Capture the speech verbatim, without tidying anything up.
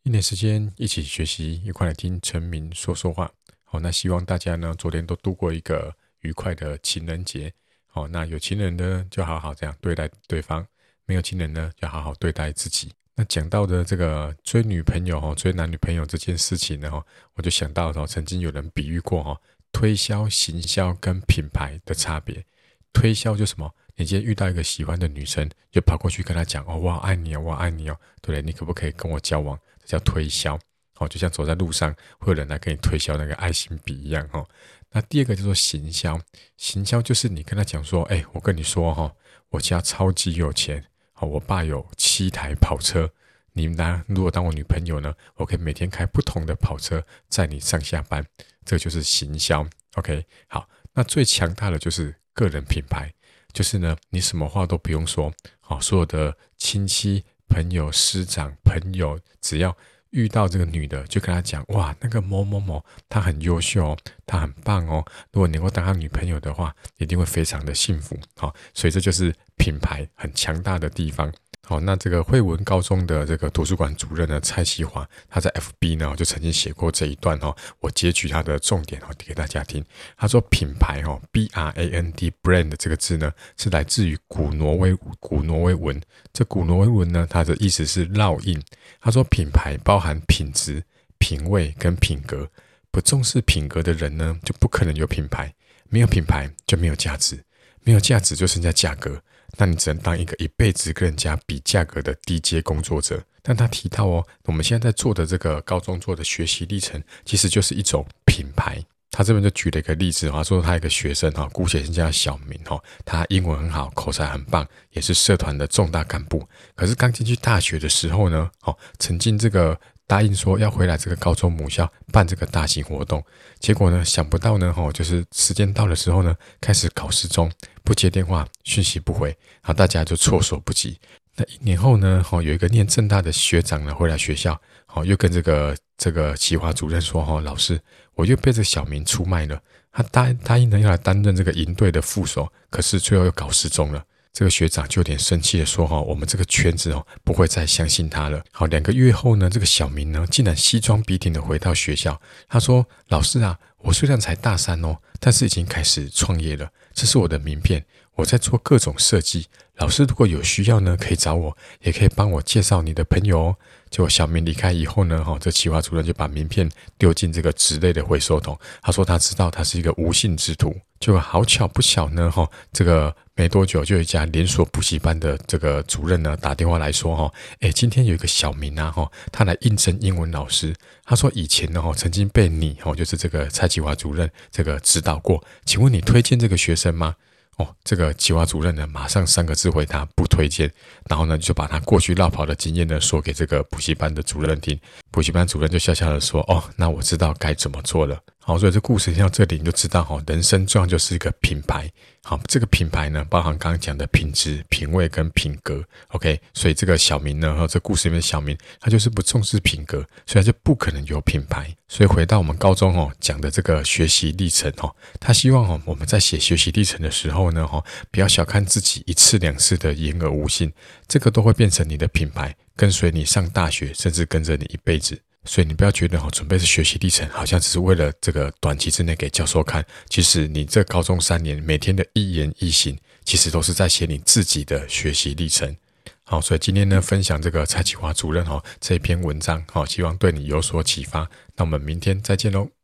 一年时间一起学习，一块来听陈明说说话。好，那希望大家呢昨天都度过一个愉快的情人节。好，那有情人呢就好好这样对待对方，没有情人呢就好好对待自己。那讲到的这个追女朋友、追男女朋友这件事情呢，我就想到曾经有人比喻过推销、行销跟品牌的差别。推销就什么？你今天遇到一个喜欢的女生，就跑过去跟她讲哦，我好爱你哦，我好爱你哦，对不对？你可不可以跟我交往？这叫推销。哦，就像走在路上会有人来跟你推销那个爱心笔一样哦。那第二个叫做行销，行销就是你跟他讲说，哎，我跟你说哈、哦，我家超级有钱，好、哦，我爸有七台跑车，你呢如果当我女朋友呢，我可以每天开不同的跑车载你上下班，这就是行销。OK， 好，那最强大的就是个人品牌，就是呢，你什么话都不用说，好、哦，所有的亲戚、朋友、师长、朋友，只要遇到这个女的，就跟她讲，哇，那个某某某，她很优秀哦，她很棒哦，如果能够当她女朋友的话，一定会非常的幸福。好、哦，所以这就是品牌很强大的地方。好，那这个惠文高中的这个图书馆主任呢，蔡其华，他在 F B 呢就曾经写过这一段哦，我截取他的重点哦给大家听。他说品牌哦 ，B R A N D brand 这个字呢是来自于古挪威古挪威文，这古挪威文呢它的意思是烙印。他说品牌包含品质、品味跟品格，不重视品格的人呢就不可能有品牌，没有品牌就没有价值，没有价值就剩下价格。那你只能当一个一辈子跟人家比价格的低阶工作者。但他提到哦，我们现在在做的这个高中做的学习历程，其实就是一种品牌。他这边就举了一个例子，他说他一个学生哈，姑且先叫小明哈，他英文很好，口才很棒，也是社团的重大干部。可是刚进去大学的时候呢，哦，曾经这个答应说要回来这个高中母校办这个大型活动，结果呢，想不到呢，哦，就是时间到的时候呢，开始考试中，不接电话，讯息不回，然后大家就措手不及。那一年后呢，哦，有一个念政大的学长呢回来学校，哦，又跟这个这个企划主任说，哦，老师，我又被这小明出卖了，他答答应呢要来担任这个营队的副手，可是最后又搞失踪了。这个学长就有点生气的说，哦，我们这个圈子哦不会再相信他了。好，两个月后呢，这个小明呢竟然西装笔挺的回到学校，他说，老师啊，我虽然才大三哦，但是已经开始创业了，这是我的名片，我在做各种设计，老师如果有需要呢，可以找我，也可以帮我介绍你的朋友哦。结果小明离开以后呢，这企划主任就把名片丢进这个纸类的回收桶。他说他知道他是一个无心之徒。结果好巧不巧呢，这个没多久就有一家连锁补习班的这个主任呢打电话来说，诶，今天有一个小明啊，他来应征英文老师。他说以前呢曾经被你就是这个蔡企划主任这个指导过，请问你推荐这个学生吗？哦，这个企划主任呢，马上三个字回他不推荐，然后呢就把他过去落跑的经验呢说给这个补习班的主任听，补习班主任就笑笑的说，哦，那我知道该怎么做了。好，所以这故事听到这里你就知道，哦，人生重要就是一个品牌。好，这个品牌呢包含刚刚讲的品质、品味跟品格。 OK， 所以这个小明呢，这故事里面的小明他就是不重视品格，所以他就不可能有品牌。所以回到我们高中哦讲的这个学习历程哦，他希望哦我们在写学习历程的时候呢，哦不要小看自己一次两次的言而无信，这个都会变成你的品牌，跟随你上大学，甚至跟着你一辈子。所以你不要觉得准备是学习历程好像只是为了这个短期之内给教授看，其实你这高中三年每天的一言一行，其实都是在写你自己的学习历程。好，所以今天呢分享这个蔡启华主任这一篇文章，希望对你有所启发。那我们明天再见喽。